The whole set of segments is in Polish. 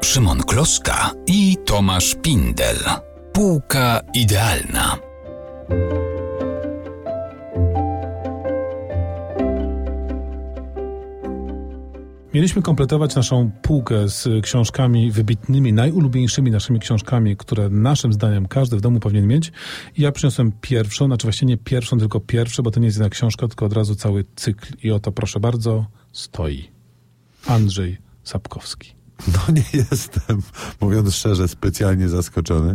Szymon Kloska i Tomasz Pindel. Półka idealna. Mieliśmy kompletować naszą półkę z książkami wybitnymi, najulubieńszymi naszymi książkami, które naszym zdaniem każdy w domu powinien mieć. I ja przyniosłem pierwszą, znaczy właściwie nie pierwszą, tylko pierwsze, bo to nie jest jedna książka, tylko od razu cały cykl. I oto, proszę bardzo, stoi Andrzej Sapkowski. No nie jestem, mówiąc szczerze, specjalnie zaskoczony.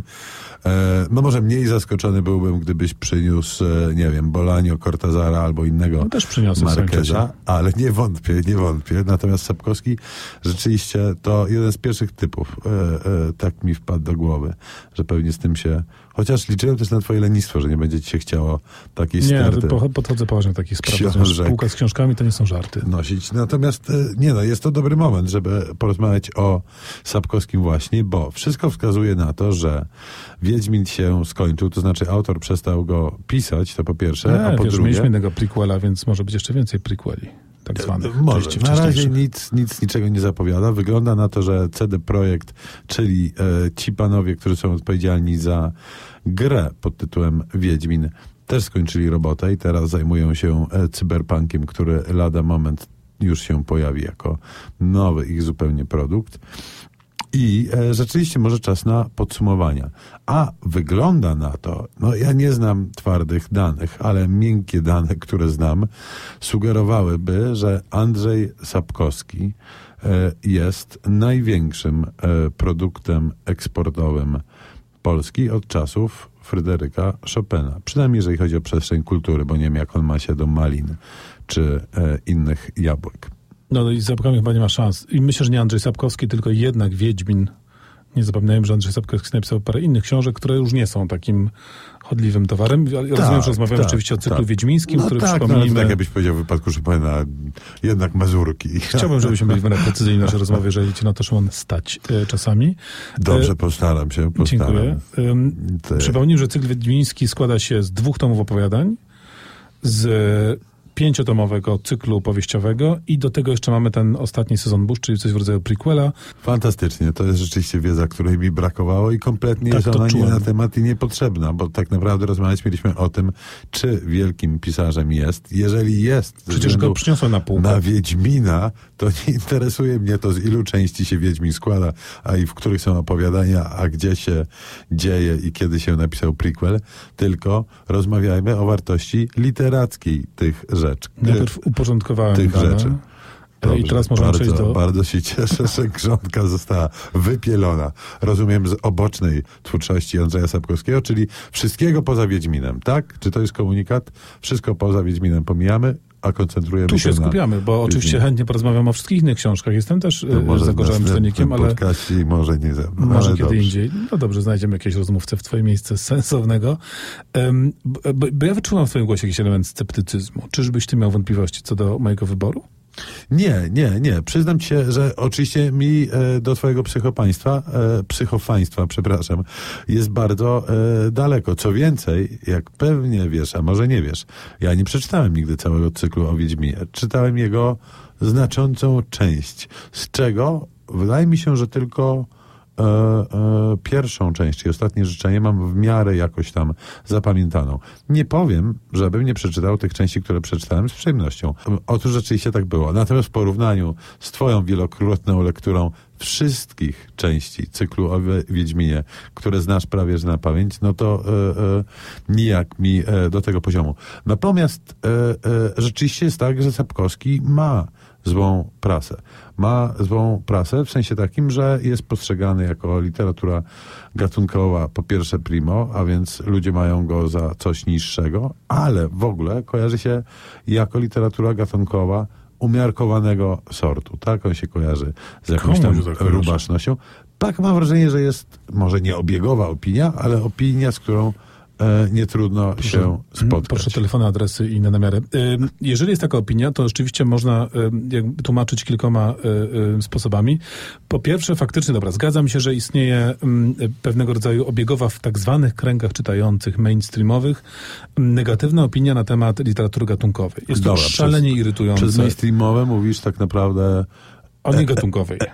No może mniej zaskoczony byłbym, gdybyś przyniósł, nie wiem, Bolanio, Cortazara albo innego no też przyniosę Marqueza, ale nie wątpię. Natomiast Sapkowski rzeczywiście to jeden z pierwszych typów. Tak mi wpadł do głowy, że pewnie z tym się... Chociaż liczyłem też na twoje lenistwo, że nie będzie ci się chciało takiej sterty. Nie, podchodzę poważnie do takich spraw. Półka z książkami to nie są żarty. Nosić. Natomiast jest to dobry moment, żeby porozmawiać o Sapkowskim właśnie, bo wszystko wskazuje na to, że Wiedźmin się skończył, to znaczy autor przestał go pisać, to po pierwsze, a po drugie... mieliśmy innego prequela, więc może być jeszcze więcej prequeli. Tak zwanych. Może. Na razie niczego nie zapowiada. Wygląda na to, że CD Projekt, czyli ci panowie, którzy są odpowiedzialni za grę pod tytułem Wiedźmin, też skończyli robotę i teraz zajmują się cyberpunkiem, który lada moment już się pojawi jako nowy ich zupełnie produkt. I rzeczywiście może czas na podsumowania. A wygląda na to, ja nie znam twardych danych, ale miękkie dane, które znam, sugerowałyby, że Andrzej Sapkowski jest największym produktem eksportowym Polski od czasów Fryderyka Chopina. Przynajmniej jeżeli chodzi o przestrzeń kultury, bo nie wiem, jak on ma się do malin czy innych jabłek. No i z Sapkowskim chyba nie ma szans. I myślę, że nie Andrzej Sapkowski, tylko jednak Wiedźmin. Nie zapominajmy, że Andrzej Sapkowski napisał parę innych książek, które już nie są takim chodliwym towarem. Rozumiem, że rozmawiamy oczywiście o cyklu wiedźmińskim, który przypomnijmy... tak jakbyś powiedział w wypadku Chopina, jednak Mazurki. Chciałbym, żebyśmy byli w miarę precyzyjni w naszej rozmowie, jeżeli ci na to, Szymon, stać czasami. Dobrze, postaram się. Dziękuję. Przypomnijmy, że cykl wiedźmiński składa się z 2 tomów opowiadań, z 5-tomowego cyklu powieściowego i do tego jeszcze mamy ten ostatni sezon Burz, czyli coś w rodzaju prequela. Fantastycznie. To jest rzeczywiście wiedza, której mi brakowało i kompletnie jest ona nie na temat i niepotrzebna, bo tak naprawdę rozmawiać mieliśmy o tym, czy wielkim pisarzem jest. Jeżeli jest, przecież go przyniosłem na półkę. Na Wiedźmina, to nie interesuje mnie to, z ilu części się Wiedźmin składa, a i w których są opowiadania, a gdzie się dzieje i kiedy się napisał prequel, tylko rozmawiajmy o wartości literackiej tych rzeczy. Najpierw uporządkowałem tych dane. rzeczy. Dobrze, i teraz możemy przejść do... Bardzo się cieszę, że grządka została wypielona. Rozumiem, z obocznej twórczości Andrzeja Sapkowskiego, czyli wszystkiego poza Wiedźminem, tak? Czy to jest komunikat? Wszystko poza Wiedźminem pomijamy, a koncentrujemy tu się na... Tu się skupiamy, bo oczywiście chętnie porozmawiam o wszystkich innych książkach. Jestem też zagorzałym czytelnikiem, ale... podcaście może nie ze mną. Może kiedy indziej. No dobrze, znajdziemy jakieś rozmówcę w twoje miejsce sensownego. Bo ja wyczułam w twoim głosie jakiś element sceptycyzmu. Czyżbyś ty miał wątpliwości co do mojego wyboru? Nie. Przyznam ci się, że oczywiście mi do twojego psychofaństwa, jest bardzo daleko. Co więcej, jak pewnie wiesz, a może nie wiesz, ja nie przeczytałem nigdy całego cyklu o Wiedźminie. Czytałem jego znaczącą część, z czego wydaje mi się, że tylko pierwszą część, czyli Ostatnie życzenie mam w miarę jakoś tam zapamiętaną. Nie powiem, żebym nie przeczytał tych części, które przeczytałem z przyjemnością. Otóż rzeczywiście tak było. Natomiast w porównaniu z twoją wielokrotną lekturą wszystkich części cyklu o Wiedźminie, które znasz prawie że na pamięć, no to nijak mi do tego poziomu. Natomiast rzeczywiście jest tak, że Sapkowski ma złą prasę. Ma złą prasę w sensie takim, że jest postrzegany jako literatura gatunkowa po pierwsze primo, a więc ludzie mają go za coś niższego, ale w ogóle kojarzy się jako literatura gatunkowa umiarkowanego sortu. Tak on się kojarzy z jakąś tam rubasznością. Tak mam wrażenie, że jest może nie obiegowa opinia, ale opinia, z którą nie trudno się spotkać. Proszę telefony, adresy i inne namiary. Jeżeli jest taka opinia, to rzeczywiście można tłumaczyć kilkoma sposobami. Po pierwsze, faktycznie, zgadzam się, że istnieje pewnego rodzaju obiegowa w tak zwanych kręgach czytających, mainstreamowych, negatywna opinia na temat literatury gatunkowej. Jest to szalenie irytujące. Przez mainstreamowe mówisz tak naprawdę... O niegatunkowej.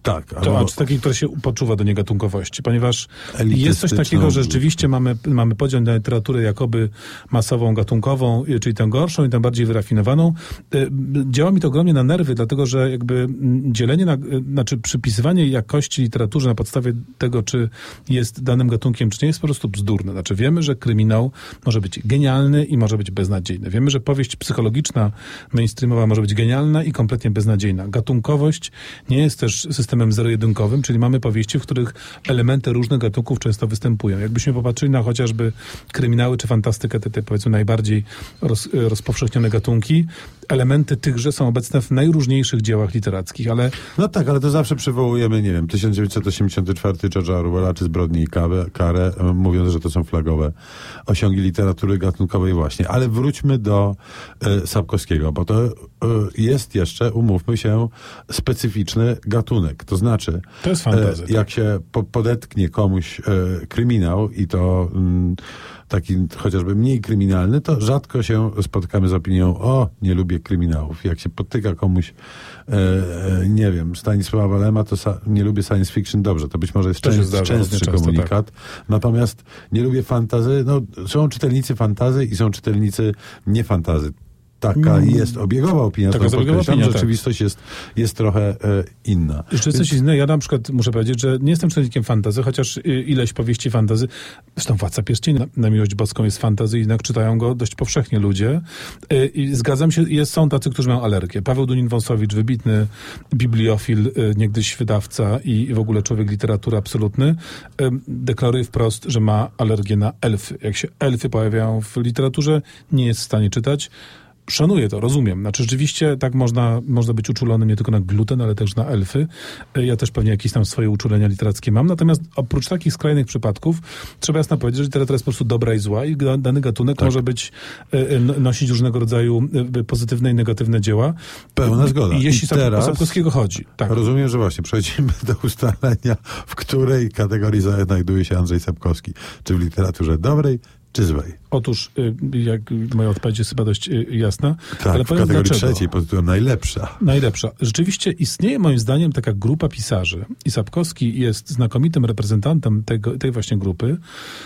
Tak. Czy takiej, która się poczuwa do niegatunkowości, ponieważ jest coś takiego, że rzeczywiście mamy podział na literaturę jakoby masową, gatunkową, czyli tę gorszą i tę bardziej wyrafinowaną. Działa mi to ogromnie na nerwy, dlatego że jakby dzielenie, przypisywanie jakości literaturze na podstawie tego, czy jest danym gatunkiem, czy nie, jest po prostu bzdurne. Znaczy wiemy, że kryminał może być genialny i może być beznadziejny. Wiemy, że powieść psychologiczna, mainstreamowa może być genialna i kompletnie beznadziejna. Gatunkowość nie jest też systemem zero-jedynkowym, czyli mamy powieści, w których elementy różnych gatunków często występują. Jakbyśmy popatrzyli na chociażby kryminały czy fantastykę, te powiedzmy najbardziej rozpowszechnione gatunki, elementy tychże są obecne w najróżniejszych dziełach literackich, ale... No tak, ale to zawsze przywołujemy, nie wiem, 1984 George'a Orwella czy Zbrodnię i karę, mówiąc, że to są flagowe osiągi literatury gatunkowej właśnie. Ale wróćmy do Sapkowskiego, bo to jest jeszcze, umówmy się, specyficzny gatunek. To znaczy, to jest fantazja, jak się podetknie komuś kryminał i to taki chociażby mniej kryminalny, to rzadko się spotkamy z opinią, nie lubię kryminałów. Jak się potyka komuś, nie wiem, Stanisława Lema, to nie lubię science fiction. Dobrze, to być może jest częstszy komunikat. Tak. Natomiast nie lubię fantasy. No, są czytelnicy fantasy i są czytelnicy nie fantasy. Taka jest obiegowa opinia. Rzeczywistość jest trochę inna. Jeszcze coś innego. Ja na przykład muszę powiedzieć, że nie jestem czytelnikiem fantasy, chociaż ileś powieści fantasy, zresztą Władca Pierścieni na miłość boską jest fantasy, jednak czytają go dość powszechnie ludzie. I zgadzam się, są tacy, którzy mają alergię. Paweł Dunin-Wąsowicz, wybitny bibliofil, niegdyś wydawca i w ogóle człowiek literatury absolutny, deklaruje wprost, że ma alergię na elfy. Jak się elfy pojawiają w literaturze, nie jest w stanie czytać. Szanuję to, rozumiem. Znaczy rzeczywiście tak można być uczulonym nie tylko na gluten, ale też na elfy. Ja też pewnie jakieś tam swoje uczulenia literackie mam. Natomiast oprócz takich skrajnych przypadków trzeba jasno powiedzieć, że literatura jest po prostu dobra i zła i dany gatunek może nosić różnego rodzaju pozytywne i negatywne dzieła. Pełna zgoda. I jeśli o Sapkowskiego chodzi. Tak. Rozumiem, że właśnie przechodzimy do ustalenia, w której kategorii znajduje się Andrzej Sapkowski. Czy w literaturze dobrej, czy złej? Otóż, jak moja odpowiedź jest chyba dość jasna. Tak, ale w kategorii trzeciej pod tytułem najlepsza. Najlepsza. Rzeczywiście istnieje moim zdaniem taka grupa pisarzy i Sapkowski jest znakomitym reprezentantem tej właśnie grupy,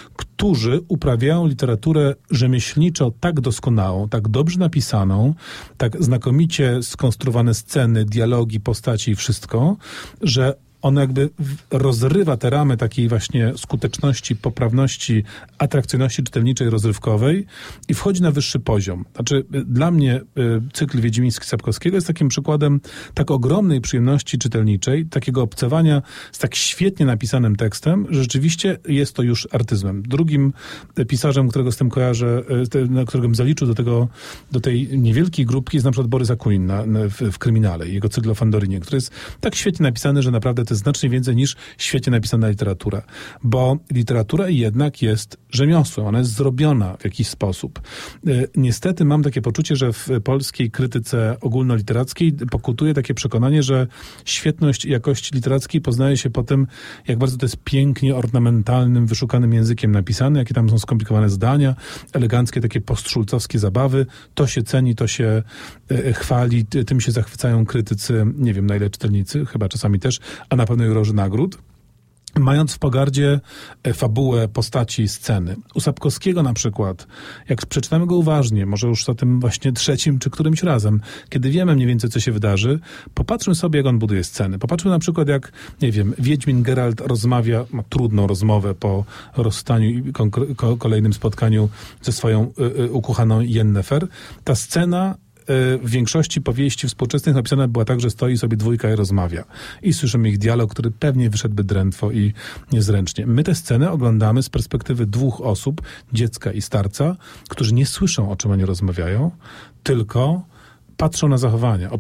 którzy uprawiają literaturę rzemieślniczo tak doskonałą, tak dobrze napisaną, tak znakomicie skonstruowane sceny, dialogi, postaci i wszystko, że ono jakby rozrywa te ramy takiej właśnie skuteczności, poprawności, atrakcyjności czytelniczej, rozrywkowej i wchodzi na wyższy poziom. Znaczy, dla mnie cykl wiedźmiński Sapkowskiego jest takim przykładem tak ogromnej przyjemności czytelniczej, takiego obcowania z tak świetnie napisanym tekstem, że rzeczywiście jest to już artyzmem. Drugim pisarzem, którego z tym kojarzę, którego bym zaliczył do tej niewielkiej grupki, jest na przykład Borys Akunin w Kryminale i jego cykl o Fandorinie, który jest tak świetnie napisany, że naprawdę to jest znacznie więcej niż świetnie napisana literatura. Bo literatura jednak jest rzemiosłem. Ona jest zrobiona w jakiś sposób. Niestety mam takie poczucie, że w polskiej krytyce ogólnoliterackiej pokutuje takie przekonanie, że świetność jakości literackiej poznaje się po tym, jak bardzo to jest pięknie, ornamentalnym, wyszukanym językiem napisane, jakie tam są skomplikowane zdania, eleganckie, takie postszulcowskie zabawy. To się ceni, to się chwali, tym się zachwycają krytycy, nie wiem na ile czytelnicy, chyba czasami też, a na pewno jurorzy nagród, mając w pogardzie fabułę, postaci, sceny. U Sapkowskiego na przykład, jak przeczytamy go uważnie, może już za tym właśnie trzecim czy którymś razem, kiedy wiemy mniej więcej, co się wydarzy, popatrzmy sobie, jak on buduje sceny. Popatrzmy na przykład, jak, nie wiem, Wiedźmin Geralt rozmawia, ma trudną rozmowę po rozstaniu i kolejnym spotkaniu ze swoją ukochaną Yennefer. Ta scena w większości powieści współczesnych napisana była tak, że stoi sobie dwójka i rozmawia. I słyszymy ich dialog, który pewnie wyszedłby drętwo i niezręcznie. My tę scenę oglądamy z perspektywy dwóch osób, dziecka i starca, którzy nie słyszą, o czym oni rozmawiają, tylko patrzą na zachowania,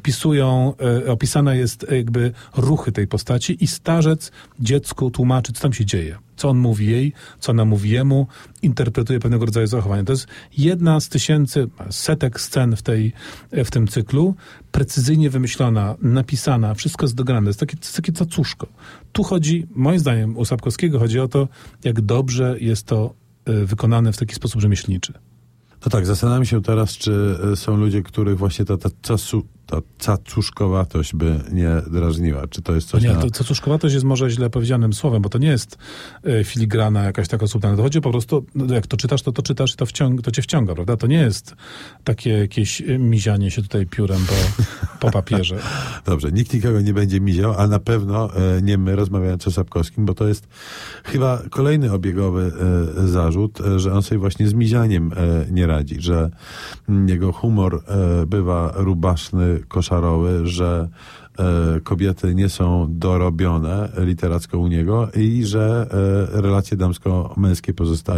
opisana jest jakby ruchy tej postaci i starzec dziecku tłumaczy, co tam się dzieje. Co on mówi jej, co ona mówi jemu, interpretuje pewnego rodzaju zachowania. To jest jedna z setek scen w tym cyklu, precyzyjnie wymyślona, napisana, wszystko jest dograne. To jest takie cacuszko. Tu chodzi, moim zdaniem, u Sapkowskiego chodzi o to, jak dobrze jest to wykonane w taki sposób rzemieślniczy. No tak, zastanawiam się teraz, czy są ludzie, których właśnie to cacuszkowatość by nie drażniła. Czy to jest coś to cacuszkowatość jest może źle powiedzianym słowem, bo to nie jest filigrana jakaś taka subtelna. To chodzi po prostu, jak to czytasz, to czytasz i to cię wciąga, prawda? To nie jest takie jakieś mizianie się tutaj piórem po papierze. Dobrze, nikt nikogo nie będzie miział, a na pewno nie my, rozmawiając o Sapkowskim, bo to jest chyba kolejny obiegowy zarzut, że on sobie właśnie z mizianiem nie radzi, że jego humor bywa rubaszny, koszarowy, że kobiety nie są dorobione literacko u niego i że relacje damsko-męskie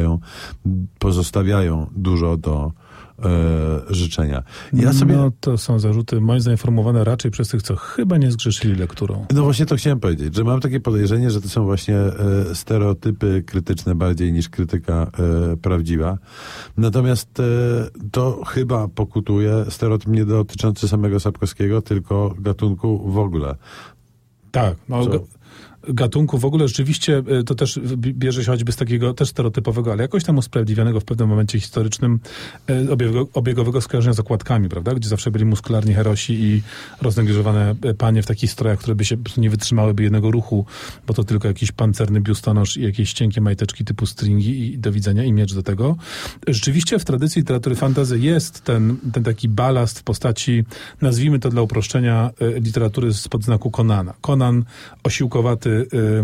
pozostawiają dużo do życzenia. To są zarzuty, moim zdaniem, formułowane raczej przez tych, co chyba nie zgrzeszyli lekturą. No właśnie to chciałem powiedzieć, że mam takie podejrzenie, że to są właśnie stereotypy krytyczne bardziej niż krytyka prawdziwa. Natomiast to chyba pokutuje stereotyp nie dotyczący samego Sapkowskiego, tylko gatunku w ogóle. Tak, gatunku w ogóle rzeczywiście to też bierze się choćby z takiego też stereotypowego, ale jakoś tam usprawiedliwionego w pewnym momencie historycznym obiegowego skojarzenia z okładkami, prawda? Gdzie zawsze byli muskularni herosi i roznegliżowane panie w takich strojach, które by się nie wytrzymałyby jednego ruchu, bo to tylko jakiś pancerny biustonosz i jakieś cienkie majteczki typu stringi i do widzenia i miecz do tego. Rzeczywiście w tradycji literatury fantasy jest ten taki balast w postaci, nazwijmy to dla uproszczenia, literatury spod znaku Conana. Conan osiłkowaty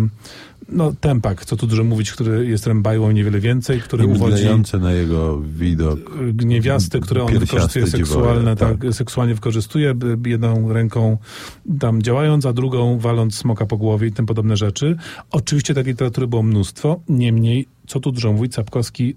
tempak, co tu dużo mówić, który jest rębajłą niewiele więcej, który uwodzi na jego widok niewiasty, które on wykorzystuje seksualne, seksualnie wykorzystuje, jedną ręką tam działając, a drugą waląc smoka po głowie i tym podobne rzeczy. Oczywiście takiej literatury było mnóstwo, niemniej co tu dużo mówić, Sapkowski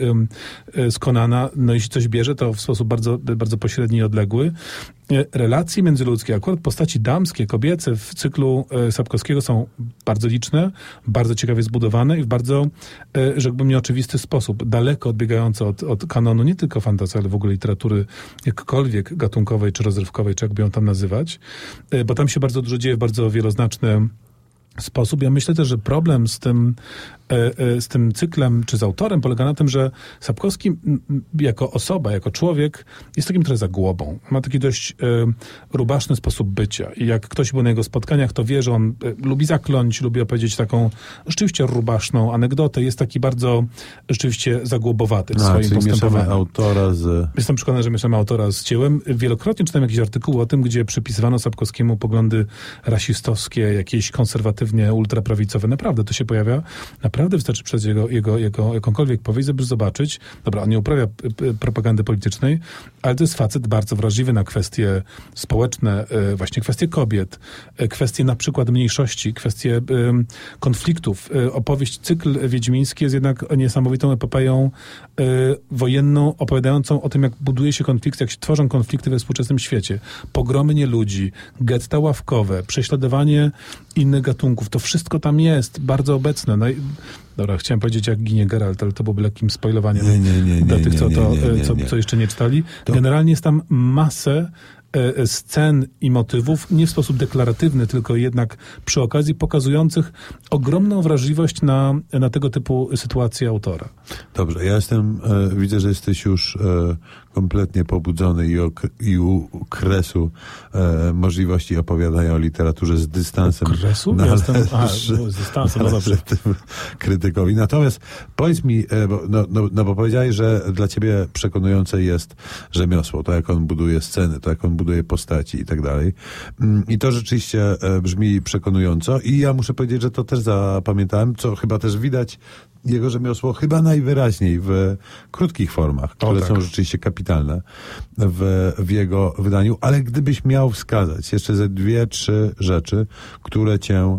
z Conana, jeśli coś bierze, to w sposób bardzo, bardzo pośredni i odległy. Relacje międzyludzkie, akurat postaci damskie, kobiece w cyklu Sapkowskiego są bardzo liczne, bardzo ciekawie zbudowane i w bardzo, rzekłbym, nieoczywisty sposób, daleko odbiegające od kanonu nie tylko fantasy, ale w ogóle literatury jakkolwiek gatunkowej, czy rozrywkowej, czy jakby ją tam nazywać, bo tam się bardzo dużo dzieje w bardzo wieloznaczny sposób. Ja myślę też, że problem z tym cyklem, czy z autorem polega na tym, że Sapkowski jako osoba, jako człowiek jest takim trochę zagłobą. Ma taki dość rubaszny sposób bycia. I jak ktoś był na jego spotkaniach, to wie, że on lubi zakląć, lubi opowiedzieć taką rzeczywiście rubaszną anegdotę. Jest taki bardzo rzeczywiście zagłobowaty w swoim postępowaniu. Jestem przekonany, że mieszamy autora z dziełem. Wielokrotnie czytałem jakieś artykuły o tym, gdzie przypisywano Sapkowskiemu poglądy rasistowskie, jakieś konserwatywnie ultraprawicowe. Naprawdę to się pojawia. Naprawdę wystarczy przez jego jakąkolwiek powieść, żeby zobaczyć, dobra, on nie uprawia propagandy politycznej, ale to jest facet bardzo wrażliwy na kwestie społeczne, właśnie kwestie kobiet, kwestie na przykład mniejszości, kwestie konfliktów. Opowieść, cykl wiedźmiński jest jednak niesamowitą epopeją wojenną, opowiadającą o tym, jak buduje się konflikty, jak się tworzą konflikty we współczesnym świecie. Pogromy nieludzi, getta ławkowe, prześladowanie innych gatunków. To wszystko tam jest bardzo obecne. Dobra, chciałem powiedzieć, jak ginie Geralt, ale to byłoby lekkim spoilowaniem dla tych, co jeszcze nie czytali. Generalnie jest tam masę scen i motywów, nie w sposób deklaratywny, tylko jednak przy okazji pokazujących ogromną wrażliwość na tego typu sytuacje autora. Dobrze, ja widzę, że jesteś już kompletnie pobudzony i u kresu możliwości opowiadania o literaturze z dystansem. U kresu? Z dystansem, no dobrze. Krytykowi. Natomiast powiedz mi, bo powiedziałeś, że dla ciebie przekonujące jest rzemiosło, to jak on buduje sceny, to jak on buduje postaci i tak dalej. I to rzeczywiście brzmi przekonująco i ja muszę powiedzieć, że to też zapamiętałem, co chyba też widać jego rzemiosło chyba najwyraźniej w krótkich formach, które są rzeczywiście kapitalne w jego wydaniu, ale gdybyś miał wskazać jeszcze ze 2-3 rzeczy, które cię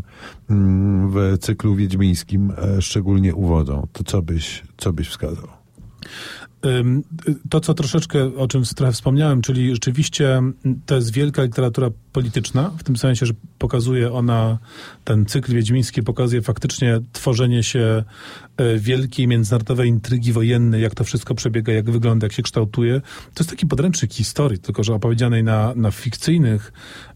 w cyklu wiedźmińskim szczególnie uwodzą, to co byś wskazał? To, co troszeczkę, o czym trochę wspomniałem, czyli rzeczywiście to jest wielka literatura polityczna, w tym sensie, że pokazuje ona, ten cykl wiedźmiński pokazuje faktycznie tworzenie się wielkiej międzynarodowej intrygi wojennej, jak to wszystko przebiega, jak wygląda, jak się kształtuje. To jest taki podręcznik historii, tylko że opowiedzianej na fikcyjnych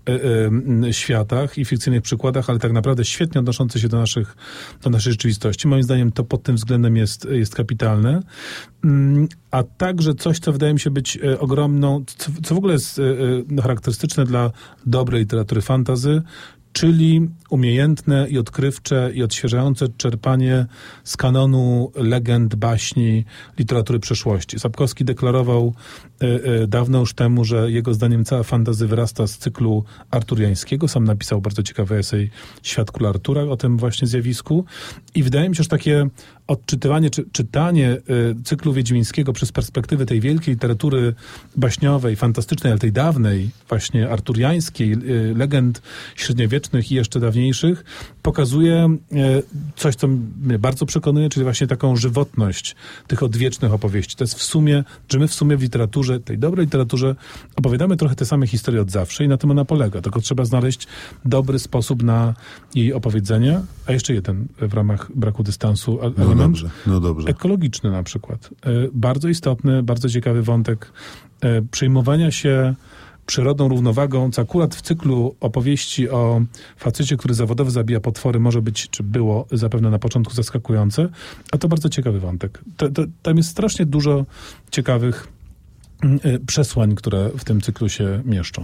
światach i fikcyjnych przykładach, ale tak naprawdę świetnie odnoszący się do naszej rzeczywistości. Moim zdaniem to pod tym względem jest kapitalne. a także coś, co wydaje mi się być ogromną, co w ogóle jest charakterystyczne dla dobrej literatury fantasy, czyli umiejętne i odkrywcze i odświeżające czerpanie z kanonu legend, baśni, literatury przeszłości. Sapkowski deklarował dawno już temu, że jego zdaniem cała fantasy wyrasta z cyklu arturiańskiego. Sam napisał bardzo ciekawy esej Świat Króla Artura o tym właśnie zjawisku. I wydaje mi się, że takie odczytywanie, czy czytanie cyklu wiedźmińskiego przez perspektywę tej wielkiej literatury baśniowej, fantastycznej, ale tej dawnej, właśnie arturiańskiej, legend średniowiecznych i jeszcze dawniejszych, pokazuje coś, co mnie bardzo przekonuje, czyli właśnie taką żywotność tych odwiecznych opowieści. To jest w sumie, że my w sumie w literaturze, tej dobrej literaturze, opowiadamy trochę te same historie od zawsze i na tym ona polega. Tylko trzeba znaleźć dobry sposób na jej opowiedzenie. A jeszcze jeden w ramach braku dystansu element. No dobrze. Ekologiczny na przykład. Bardzo istotny, bardzo ciekawy wątek przejmowania się przyrodną równowagą, co akurat w cyklu opowieści o facecie, który zawodowo zabija potwory, może być, czy było zapewne na początku zaskakujące, a to bardzo ciekawy wątek. Tam jest strasznie dużo ciekawych przesłań, które w tym cyklu się mieszczą.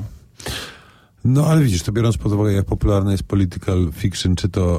No ale widzisz, to biorąc pod uwagę, jak popularne jest political fiction, czy to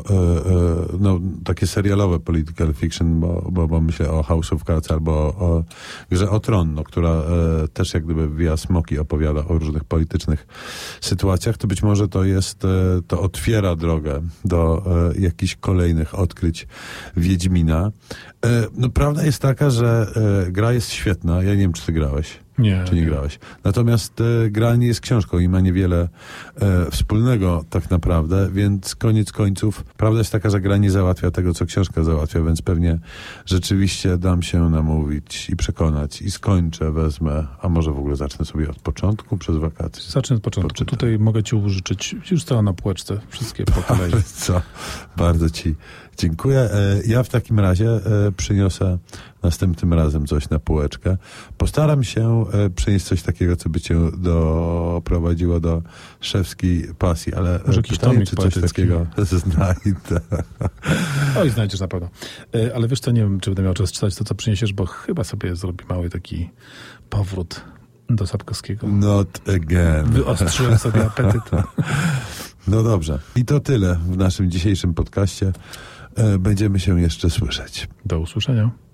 takie serialowe political fiction, bo myślę o House of Cards albo o Grze o Tron, która też jak gdyby via smoki opowiada o różnych politycznych sytuacjach, to być może to otwiera drogę do jakichś kolejnych odkryć Wiedźmina. No prawda jest taka, że gra jest świetna. Ja nie wiem, czy ty grałeś. Nie. Czy nie grałeś? Natomiast gra nie jest książką i ma niewiele wspólnego tak naprawdę, więc koniec końców prawda jest taka, że gra nie załatwia tego, co książka załatwia, więc pewnie rzeczywiście dam się namówić i przekonać i skończę, wezmę, a może w ogóle zacznę sobie od początku przez wakacje. Zacznę od początku. Poczytam. Tutaj mogę ci użyczyć, już stała na półeczce, wszystkie po kolei. Co? Bardzo ci dziękuję. Ja w takim razie przyniosę następnym razem coś na półeczkę. Postaram się przynieść coś takiego, co by cię doprowadziło do szewskiej pasji, ale może jakiś pytanie, tomik czy coś takiego znajdę. Oj, znajdziesz na pewno. Ale wiesz co, nie wiem, czy będę miał czas czytać to, co przyniesiesz, bo chyba sobie zrobi mały taki powrót do Sapkowskiego. Not again. Wyostrzyłem sobie apetyt. No dobrze. I to tyle w naszym dzisiejszym podcaście. Będziemy się jeszcze słyszeć. Do usłyszenia.